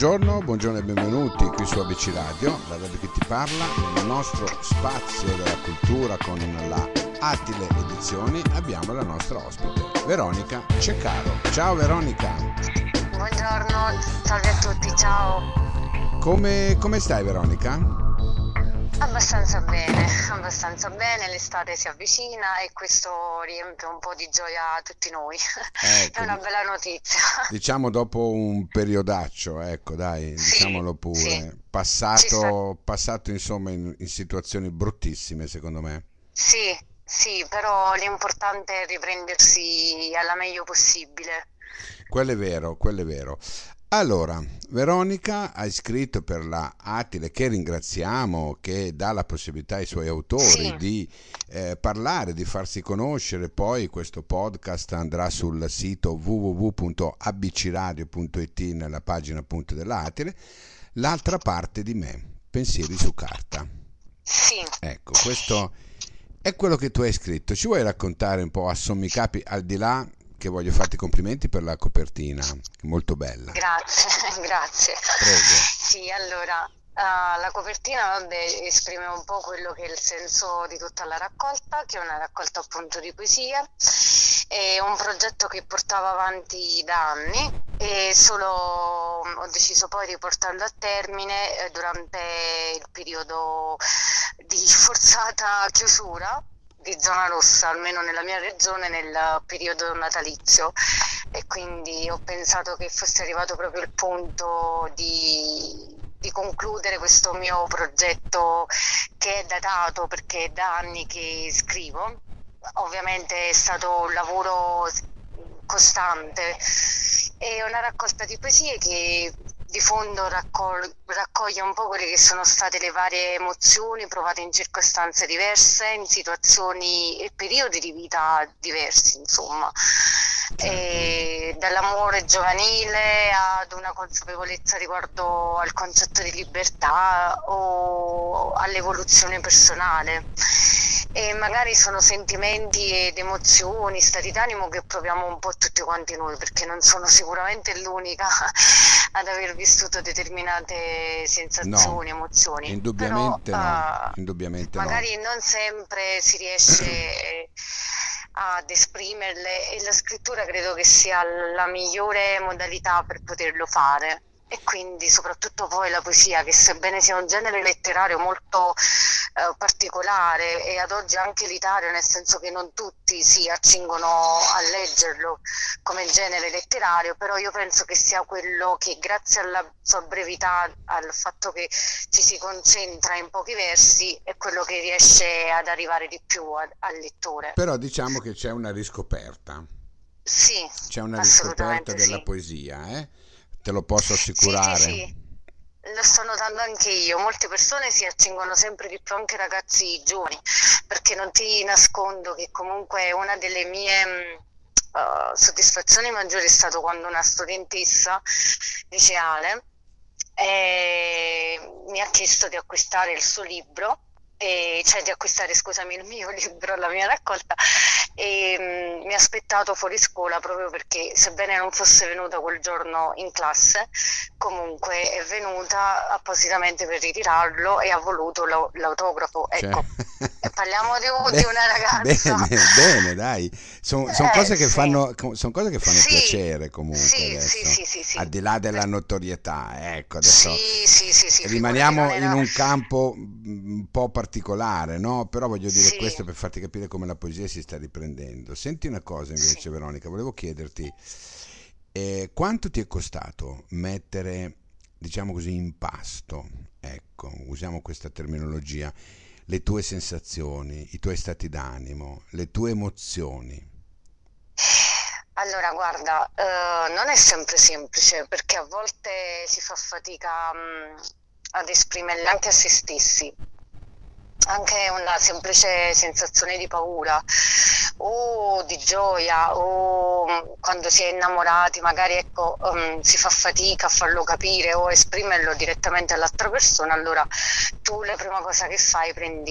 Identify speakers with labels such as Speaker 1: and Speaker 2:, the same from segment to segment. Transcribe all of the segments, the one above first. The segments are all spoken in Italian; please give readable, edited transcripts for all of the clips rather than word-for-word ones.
Speaker 1: Buongiorno e benvenuti qui su ABC Radio, la radio che ti parla. Nel nostro spazio della cultura con la Atile Edizioni abbiamo la nostra ospite, Veronica Cecaro. Ciao Veronica.
Speaker 2: Buongiorno, salve a tutti, ciao.
Speaker 1: Come stai Veronica?
Speaker 2: Abbastanza bene, l'estate si avvicina e questo riempie un po' di gioia a tutti noi. È una bella notizia.
Speaker 1: Diciamo dopo un periodaccio, ecco dai,
Speaker 2: Sì,
Speaker 1: diciamolo pure,
Speaker 2: sì,
Speaker 1: passato insomma in situazioni bruttissime secondo me.
Speaker 2: sì, però l'importante è riprendersi alla meglio possibile.
Speaker 1: Quello è vero, quello è vero. Allora, Veronica ha iscritto per la Atile, che ringraziamo, che dà la possibilità ai suoi autori
Speaker 2: Sì,
Speaker 1: di parlare, di farsi conoscere. Poi questo podcast andrà sul sito www.abcradio.it nella pagina appunto della Atile. L'altra parte di me, pensieri su carta.
Speaker 2: sì.
Speaker 1: Ecco, questo è quello che tu hai scritto. Ci vuoi raccontare un po' a sommi capi, al di là che voglio farti i complimenti per la copertina, che è molto bella.
Speaker 2: Grazie, grazie.
Speaker 1: Prego.
Speaker 2: Sì, allora, la copertina vabbè, esprime un po' quello che è il senso di tutta la raccolta, che è una raccolta appunto di poesie. È un progetto che portavo avanti da anni e solo ho deciso poi di portarlo a termine durante il periodo di forzata chiusura di zona rossa, almeno nella mia regione, nel periodo natalizio. E quindi ho pensato che fosse arrivato proprio il punto di concludere questo mio progetto che è datato perché è da anni che scrivo. Ovviamente è stato un lavoro costante, è una raccolta di poesie che di fondo raccoglie un po' quelle che sono state le varie emozioni provate in circostanze diverse, in situazioni e periodi di vita diversi, insomma. E dall'amore giovanile ad una consapevolezza riguardo al concetto di libertà o all'evoluzione personale. E magari sono sentimenti ed emozioni, stati d'animo che proviamo un po' tutti quanti noi, perché non sono sicuramente l'unica ad aver vissuto determinate
Speaker 1: No,
Speaker 2: sensazioni, emozioni, però
Speaker 1: indubbiamente no, indubbiamente no.
Speaker 2: magari non sempre si riesce ad esprimerle e la scrittura credo che sia la migliore modalità per poterlo fare. E quindi soprattutto poi la poesia, che sebbene sia un genere letterario molto particolare e ad oggi anche elitario, nel senso che non tutti si accingono a leggerlo come genere letterario, però io penso che sia quello che grazie alla sua brevità, al fatto che ci si concentra in pochi versi, è quello che riesce ad arrivare di più al lettore.
Speaker 1: Però diciamo che
Speaker 2: Sì,
Speaker 1: c'è una riscoperta
Speaker 2: assolutamente
Speaker 1: della
Speaker 2: sì.
Speaker 1: poesia, eh? Te lo posso
Speaker 2: Sì, sì,
Speaker 1: assicurare.
Speaker 2: sì, lo sto notando anche io. Molte persone si accingono sempre di più, anche ragazzi giovani, perché non ti nascondo che comunque una delle mie soddisfazioni maggiori è stato quando una studentessa liceale mi ha chiesto di acquistare il suo libro, cioè di acquistare, scusami, il mio libro, la mia raccolta, e mi ha aspettato fuori scuola proprio perché, sebbene non fosse venuta quel giorno in classe, comunque è venuta appositamente per ritirarlo e ha voluto l'autografo.
Speaker 1: Cioè,
Speaker 2: Ecco, e parliamo di
Speaker 1: beh,
Speaker 2: una ragazza.
Speaker 1: bene, dai. Sono cose che
Speaker 2: Sì,
Speaker 1: son cose che fanno
Speaker 2: sì,
Speaker 1: piacere comunque
Speaker 2: sì, sì,
Speaker 1: adesso,
Speaker 2: sì, sì,
Speaker 1: al
Speaker 2: sì.
Speaker 1: di là della
Speaker 2: Per-
Speaker 1: notorietà. Ecco, adesso
Speaker 2: sì, sì, sì, sì, figurati, non
Speaker 1: rimaniamo in
Speaker 2: era...
Speaker 1: un campo un po' particolare, no? Però voglio dire
Speaker 2: Sì,
Speaker 1: questo per farti capire come la poesia si sta riprendendo. Senti una cosa
Speaker 2: sì.
Speaker 1: invece, Veronica, volevo chiederti quanto ti è costato mettere, diciamo così, in pasto, ecco, usiamo questa terminologia, le tue sensazioni, i tuoi stati d'animo, le tue emozioni.
Speaker 2: Allora, guarda, non è sempre semplice perché a volte si fa fatica, ad esprimerle anche a se stessi. Anche una semplice sensazione di paura o di gioia o quando si è innamorati, magari ecco, si fa fatica a farlo capire o esprimerlo direttamente all'altra persona, allora tu la prima cosa che fai prendi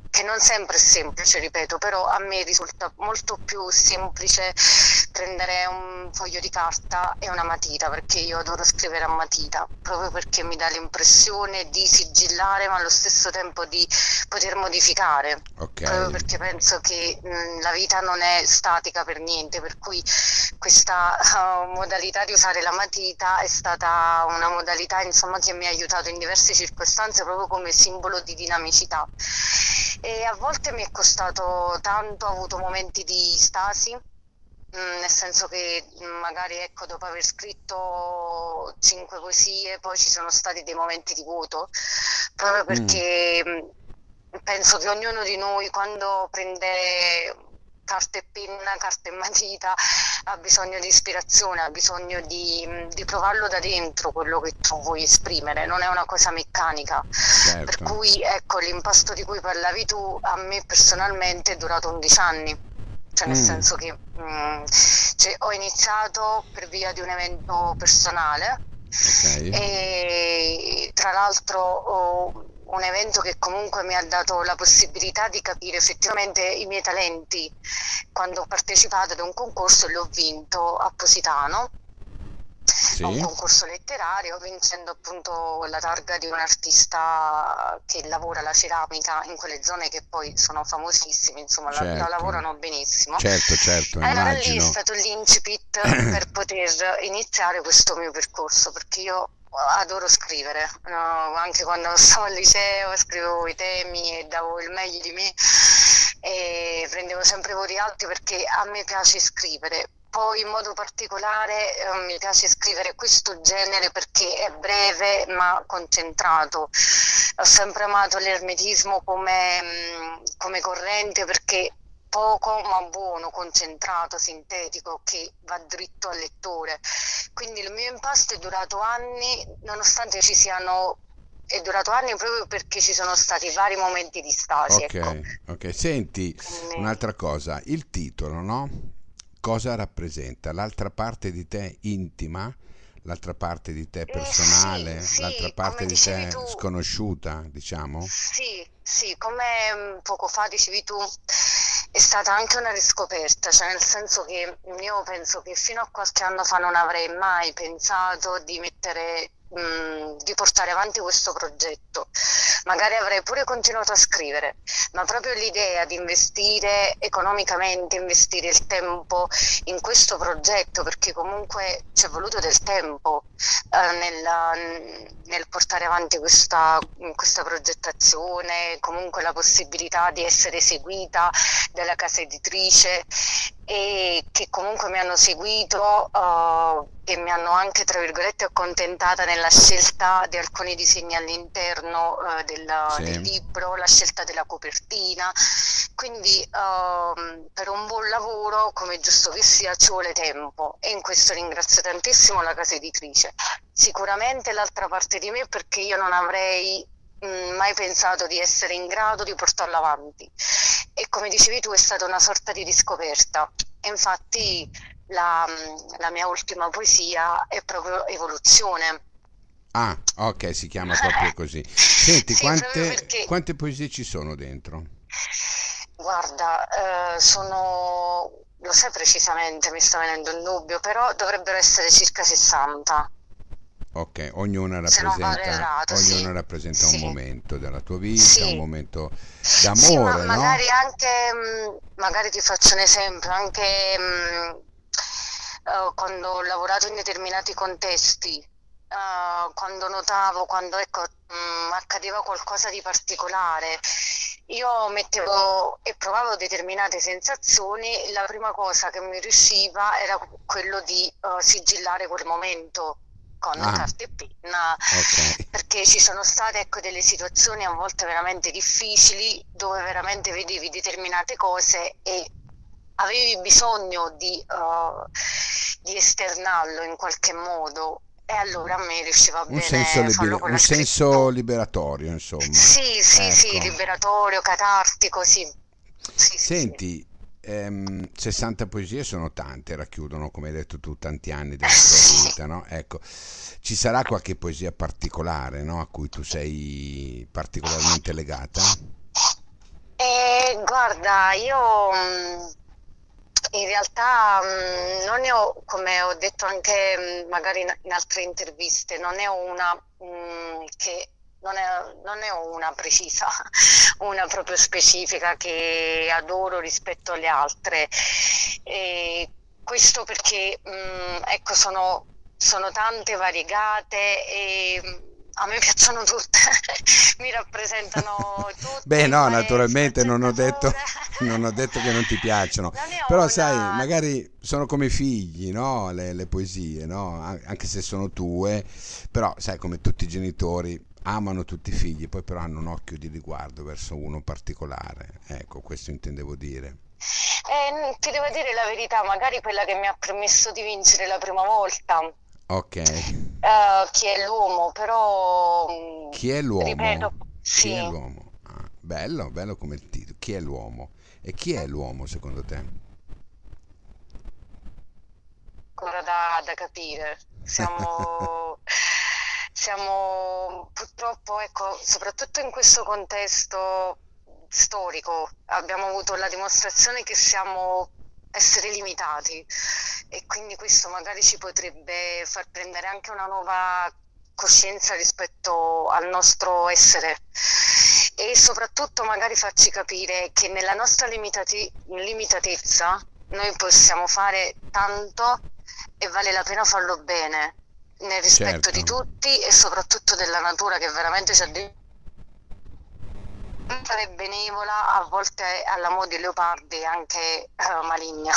Speaker 2: che non sempre è semplice, ripeto, però a me risulta molto più semplice prendere un foglio di carta e una matita, perché io adoro scrivere a matita, proprio perché mi dà l'impressione di sigillare, ma allo stesso tempo di poter modificare.
Speaker 1: Ok,
Speaker 2: Proprio perché penso che la vita non è statica per niente, per cui questa modalità di usare la matita è stata una modalità, insomma, che mi ha aiutato in diverse circostanze proprio come simbolo di dinamicità. E a volte mi è costato tanto, ho avuto momenti di stasi, nel senso che magari ecco, dopo aver scritto 5 poesie, poi ci sono stati dei momenti di vuoto, proprio
Speaker 1: mm,
Speaker 2: perché penso che ognuno di noi quando prende carta e penna, carta e matita, ha bisogno di ispirazione, ha bisogno di provarlo da dentro quello che tu vuoi esprimere, non è una cosa meccanica. Per
Speaker 1: certo.
Speaker 2: cui ecco, l'impasto di cui parlavi tu a me personalmente è durato 11 anni. Cioè nel
Speaker 1: Mm,
Speaker 2: senso che cioè, ho iniziato per via di un evento personale
Speaker 1: ok,
Speaker 2: e tra l'altro un evento che comunque mi ha dato la possibilità di capire effettivamente i miei talenti quando ho partecipato ad un concorso e l'ho vinto a Positano, a un
Speaker 1: sì,
Speaker 2: concorso letterario, vincendo appunto la targa di un artista che lavora la ceramica in quelle zone che poi sono famosissime, insomma, la
Speaker 1: certo,
Speaker 2: lavorano benissimo.
Speaker 1: certo, certo,
Speaker 2: Allora lì è
Speaker 1: immagino.
Speaker 2: stato l'incipit per poter iniziare questo mio percorso, perché io adoro scrivere, no? Anche quando stavo al liceo scrivevo i temi e davo il meglio di me e prendevo sempre voti alti perché a me piace scrivere. Poi in modo particolare mi piace scrivere questo genere perché è breve ma concentrato. Ho sempre amato l'ermetismo come corrente perché poco ma buono, concentrato, sintetico, che va dritto al lettore. Quindi il mio impasto è durato anni, nonostante ci siano, è durato anni proprio perché ci sono stati vari momenti di stasi, ecco.
Speaker 1: Ok, ok. Senti,
Speaker 2: Quindi,
Speaker 1: un'altra cosa, il titolo, no? Cosa rappresenta? L'altra parte di te intima, l'altra parte di te
Speaker 2: sì,
Speaker 1: personale, l'altra
Speaker 2: sì,
Speaker 1: parte
Speaker 2: come
Speaker 1: di
Speaker 2: dicevi
Speaker 1: te
Speaker 2: tu,
Speaker 1: sconosciuta, diciamo?
Speaker 2: sì, sì, come poco fa dicevi tu, è stata anche una riscoperta, cioè nel senso che io penso che fino a qualche anno fa non avrei mai pensato di mettere, di portare avanti questo progetto. Magari avrei pure continuato a scrivere, ma proprio l'idea di investire economicamente, investire il tempo in questo progetto, perché comunque ci è voluto del tempo nel portare avanti questa progettazione, comunque la possibilità di essere seguita dalla casa editrice e che comunque mi hanno seguito e mi hanno anche, tra virgolette, accontentata nella scelta di alcuni disegni all'interno del
Speaker 1: Sì.
Speaker 2: libro, la scelta della copertina. Quindi per un buon lavoro, come è giusto che sia, ci vuole tempo e in questo ringrazio tantissimo la casa editrice. Sicuramente l'altra parte di me perché io non avrei mai pensato di essere in grado di portarlo avanti. E come dicevi tu, è stata una sorta di riscoperta. E infatti la mia ultima poesia è proprio Evoluzione.
Speaker 1: Ah, ok, si chiama proprio così. Senti,
Speaker 2: Sì, proprio
Speaker 1: quante,
Speaker 2: perché,
Speaker 1: quante poesie ci sono dentro?
Speaker 2: guarda, lo sai precisamente, mi sta venendo il dubbio, però dovrebbero essere circa 60,
Speaker 1: Ok,
Speaker 2: se non vado errato,
Speaker 1: ognuna
Speaker 2: sì,
Speaker 1: rappresenta un
Speaker 2: sì,
Speaker 1: momento della tua vita, un
Speaker 2: sì.
Speaker 1: momento
Speaker 2: Sì, ma
Speaker 1: d'amore, no?
Speaker 2: magari anche, magari ti faccio un esempio, anche quando ho lavorato in determinati contesti, quando notavo, quando ecco, accadeva qualcosa di particolare, io mettevo e provavo determinate sensazioni, la prima cosa che mi riusciva era quello di sigillare quel momento con
Speaker 1: Ah,
Speaker 2: carta e penna,
Speaker 1: ok.
Speaker 2: perché ci sono state ecco, delle situazioni a volte veramente difficili dove veramente vedevi determinate cose e avevi bisogno di esternarlo in qualche modo e allora a me riusciva bene farlo con
Speaker 1: Un
Speaker 2: la
Speaker 1: senso
Speaker 2: scrittura.
Speaker 1: liberatorio, insomma.
Speaker 2: Sì, sì, sì,
Speaker 1: Ecco.
Speaker 2: liberatorio, catartico, sì. Sì, sì, sì.
Speaker 1: Senti, 60 poesie sono tante, racchiudono, come hai detto tu, tanti anni della tua
Speaker 2: Sì.
Speaker 1: vita, no? Ecco, ci sarà qualche poesia particolare, no? A cui tu sei particolarmente legata?
Speaker 2: Guarda, io in realtà non ne ho, come ho detto anche magari in altre interviste, non ne ho una che non ne ho una precisa, una proprio specifica che adoro rispetto alle altre. E questo perché, ecco, sono tante, variegate e a me piacciono tutte, mi rappresentano
Speaker 1: Beh,
Speaker 2: tutte,
Speaker 1: no,
Speaker 2: fare
Speaker 1: naturalmente
Speaker 2: sfaccettature.
Speaker 1: non ho detto che non ti piacciono,
Speaker 2: Non ne
Speaker 1: però
Speaker 2: ho
Speaker 1: sai,
Speaker 2: una.
Speaker 1: magari sono come figli, no? Le poesie, no? Anche se sono tue, però sai, come tutti i genitori amano tutti i figli, poi però hanno un occhio di riguardo verso uno particolare. Ecco, questo intendevo dire.
Speaker 2: Ti devo dire la verità, magari quella che mi ha permesso di vincere la prima volta,
Speaker 1: Ok.
Speaker 2: chi è l'uomo, però,
Speaker 1: Chi è l'uomo?
Speaker 2: ripeto,
Speaker 1: Chi è
Speaker 2: sì,
Speaker 1: l'uomo? Ah, bello, bello come il titolo. Chi è l'uomo? E chi è l'uomo secondo te?
Speaker 2: ancora da capire. Siamo purtroppo, ecco, soprattutto in questo contesto storico, abbiamo avuto la dimostrazione che siamo esseri limitati e quindi questo magari ci potrebbe far prendere anche una nuova coscienza rispetto al nostro essere e soprattutto magari farci capire che nella nostra limitatezza noi possiamo fare tanto e vale la pena farlo bene, nel rispetto
Speaker 1: Certo.
Speaker 2: di tutti e soprattutto della natura che veramente ci ha è benevola, a volte alla mo' di leopardi anche maligna.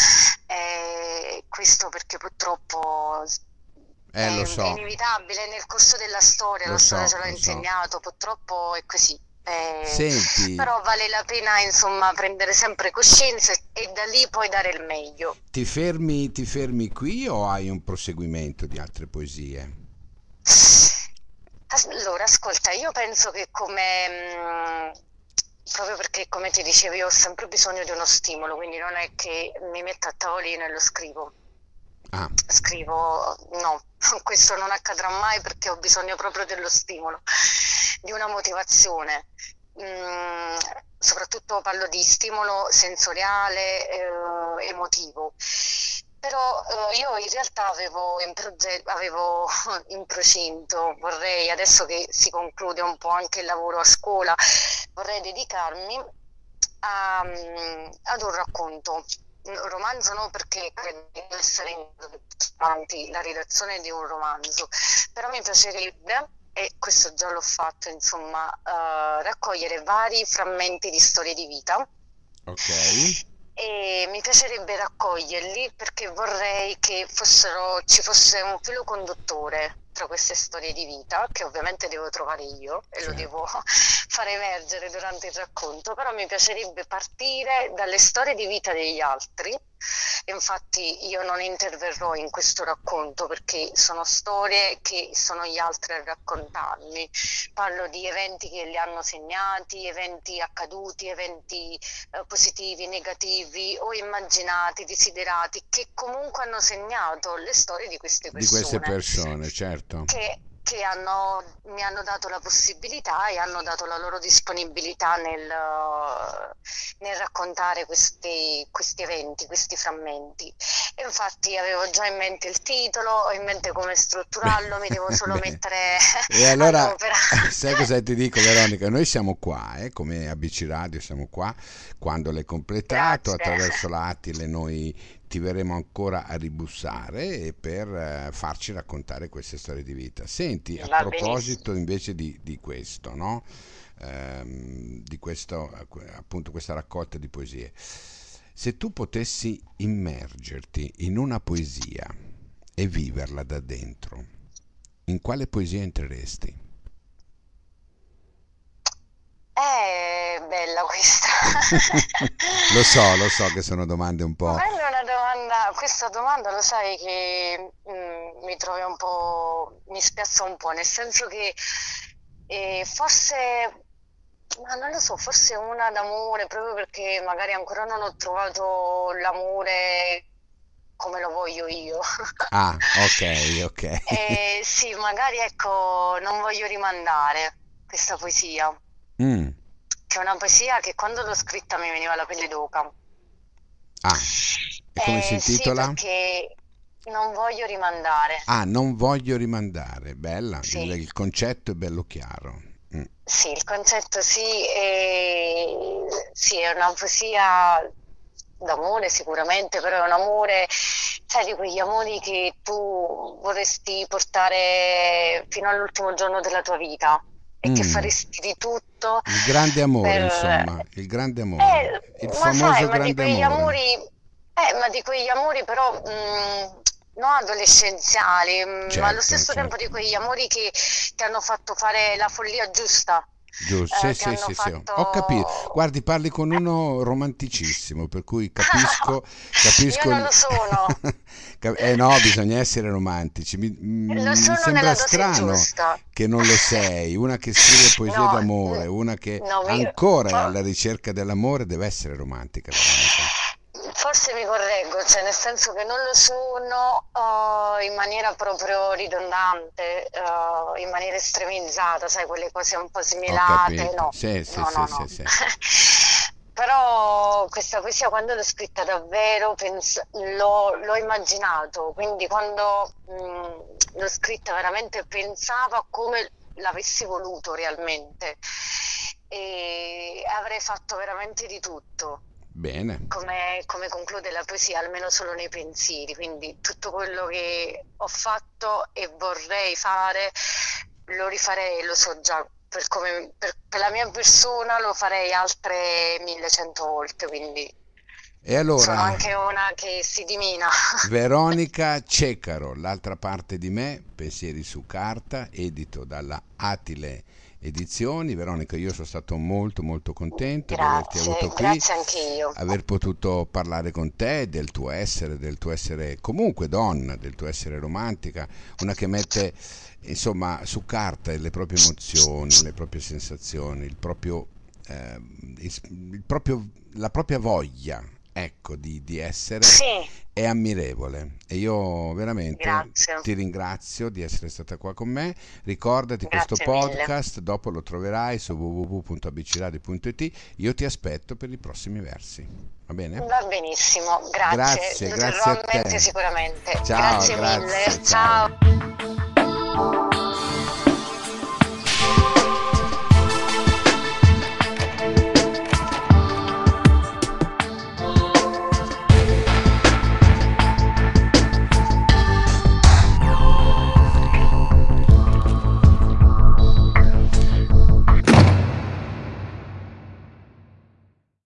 Speaker 2: Questo perché purtroppo
Speaker 1: Lo
Speaker 2: è
Speaker 1: so,
Speaker 2: inevitabile nel corso della storia, la storia ce l'ha
Speaker 1: lo so.
Speaker 2: insegnato, purtroppo è così.
Speaker 1: Senti,
Speaker 2: Però vale la pena insomma prendere sempre coscienza e da lì poi dare il meglio.
Speaker 1: ti fermi qui o hai un proseguimento di altre poesie?
Speaker 2: Allora, ascolta, io penso che proprio perché come ti dicevo io ho sempre bisogno di uno stimolo, quindi non è che mi metto a tavolino e lo scrivo.
Speaker 1: Ah,
Speaker 2: Scrivo, no, questo non accadrà mai perché ho bisogno proprio dello stimolo, di una motivazione. Mm, soprattutto parlo di stimolo sensoriale, emotivo. Però io in realtà avevo in procinto, vorrei, adesso che si conclude un po' anche il lavoro a scuola, vorrei dedicarmi ad un racconto. Un romanzo no, perché credo di essere in grado di portare avanti la redazione di un romanzo, però mi piacerebbe, e questo già l'ho fatto, insomma, raccogliere vari frammenti di storie di vita
Speaker 1: ok.
Speaker 2: e mi piacerebbe raccoglierli perché vorrei che ci fosse un filo conduttore tra queste storie di vita, che ovviamente devo trovare io e lo
Speaker 1: Certo.
Speaker 2: devo far emergere durante il racconto, però mi piacerebbe partire dalle storie di vita degli altri. Infatti io non interverrò in questo racconto perché sono storie che sono gli altri a raccontarmi. Parlo di eventi che li hanno segnati, eventi accaduti, eventi positivi, negativi o immaginati, desiderati, che comunque hanno segnato le storie di queste
Speaker 1: Di queste
Speaker 2: persone
Speaker 1: persone, certo.
Speaker 2: che mi hanno dato la possibilità e hanno dato la loro disponibilità nel raccontare questi eventi, questi frammenti. E infatti avevo già in mente il titolo, ho in mente come strutturarlo, mi devo solo
Speaker 1: Beh,
Speaker 2: mettere
Speaker 1: e allora,
Speaker 2: all'opera.
Speaker 1: sai cosa ti dico, Veronica? Noi siamo qua, come ABC Radio, siamo qua. Quando l'hai completato,
Speaker 2: Grazie.
Speaker 1: attraverso la Attile, noi ti verremo ancora a ribussare e per farci raccontare queste storie di vita. Senti, a
Speaker 2: Va benissimo.
Speaker 1: proposito invece di questo, no? Di questo, appunto, questa raccolta di poesie. Se tu potessi immergerti in una poesia e viverla da dentro, in quale poesia entreresti?
Speaker 2: È bella questa.
Speaker 1: Lo so che sono domande un po'.
Speaker 2: Bella una domanda, questa domanda lo sai che mi trovi un po', mi spiazza un po', nel senso che forse, ma non lo so, forse una d'amore, proprio perché magari ancora non ho trovato l'amore come lo voglio io.
Speaker 1: Ah, ok, ok.
Speaker 2: Sì, magari ecco, non voglio rimandare questa poesia
Speaker 1: Mm,
Speaker 2: che c'è una poesia che quando l'ho scritta mi veniva la pelle d'oca.
Speaker 1: Ah, e come si
Speaker 2: Sì,
Speaker 1: intitola?
Speaker 2: perché non voglio rimandare.
Speaker 1: Ah, non voglio rimandare. Bella,
Speaker 2: Sì,
Speaker 1: il concetto è bello chiaro. Mm.
Speaker 2: sì, il concetto sì, sì, è una poesia d'amore sicuramente, però è un amore, sai, di quegli amori che tu vorresti portare fino all'ultimo giorno della tua vita e che
Speaker 1: Mm.
Speaker 2: faresti di tutto
Speaker 1: Il grande amore,
Speaker 2: per...
Speaker 1: insomma, il grande amore, il
Speaker 2: Ma sai,
Speaker 1: famoso grande amore.
Speaker 2: ma di quegli amori però non adolescenziali, ma allo
Speaker 1: Certo,
Speaker 2: stesso tempo di
Speaker 1: certo.
Speaker 2: quegli amori che ti hanno fatto fare la follia giusta,
Speaker 1: Giusto, sì,
Speaker 2: ti
Speaker 1: sì,
Speaker 2: hanno
Speaker 1: sì, sì. Ho capito.
Speaker 2: fatto...
Speaker 1: Guardi, parli con uno romanticissimo, per cui capisco,
Speaker 2: Io
Speaker 1: capisco
Speaker 2: non
Speaker 1: il...
Speaker 2: lo sono,
Speaker 1: Eh no, bisogna essere romantici.
Speaker 2: lo
Speaker 1: Mi
Speaker 2: sono
Speaker 1: sembra
Speaker 2: nella dose
Speaker 1: strano
Speaker 2: giusta.
Speaker 1: che non lo sei. Una che scrive poesie
Speaker 2: No,
Speaker 1: d'amore, una che
Speaker 2: no,
Speaker 1: ancora è
Speaker 2: fo-
Speaker 1: alla ricerca dell'amore, deve essere romantica, Veronica.
Speaker 2: forse mi correggo, cioè nel senso che non lo sono in maniera proprio ridondante, in maniera estremizzata, sai, quelle cose un po'
Speaker 1: Ho
Speaker 2: similate,
Speaker 1: capito.
Speaker 2: no,
Speaker 1: Sì, sì,
Speaker 2: no, no,
Speaker 1: sì, sì,
Speaker 2: no.
Speaker 1: sì.
Speaker 2: Però questa poesia quando l'ho scritta davvero l'ho immaginato, quindi quando l'ho scritta veramente pensavo a come l'avessi voluto realmente e avrei fatto veramente di tutto,
Speaker 1: Bene.
Speaker 2: come conclude la poesia, almeno solo nei pensieri, quindi tutto quello che ho fatto e vorrei fare lo rifarei, lo so già, per la mia persona lo farei altre 1100 volte, quindi
Speaker 1: E
Speaker 2: sono
Speaker 1: allora,
Speaker 2: anche una che si dimina.
Speaker 1: Veronica Cecaro, l'altra parte di me, pensieri su carta, edito dalla Atile Edizioni. Veronica, io sono stato molto molto contento di averti
Speaker 2: Grazie,
Speaker 1: avuto qui,
Speaker 2: grazie anche io.
Speaker 1: aver potuto parlare con te del tuo essere comunque donna, del tuo essere romantica, una che mette insomma su carta le proprie emozioni, le proprie sensazioni, eh, la propria voglia, ecco, di essere
Speaker 2: Sì,
Speaker 1: è ammirevole e io veramente
Speaker 2: grazie,
Speaker 1: ti ringrazio di essere stata qua con me. Ricordati questo
Speaker 2: grazie mille.
Speaker 1: podcast, dopo lo troverai su www.abcradio.it. Io ti aspetto per i prossimi versi. Va bene?
Speaker 2: Va benissimo, grazie,
Speaker 1: Grazie,
Speaker 2: lo terrò
Speaker 1: grazie a
Speaker 2: a mente
Speaker 1: te.
Speaker 2: sicuramente.
Speaker 1: Ciao,
Speaker 2: Grazie mille,
Speaker 1: grazie,
Speaker 2: ciao.
Speaker 1: ciao.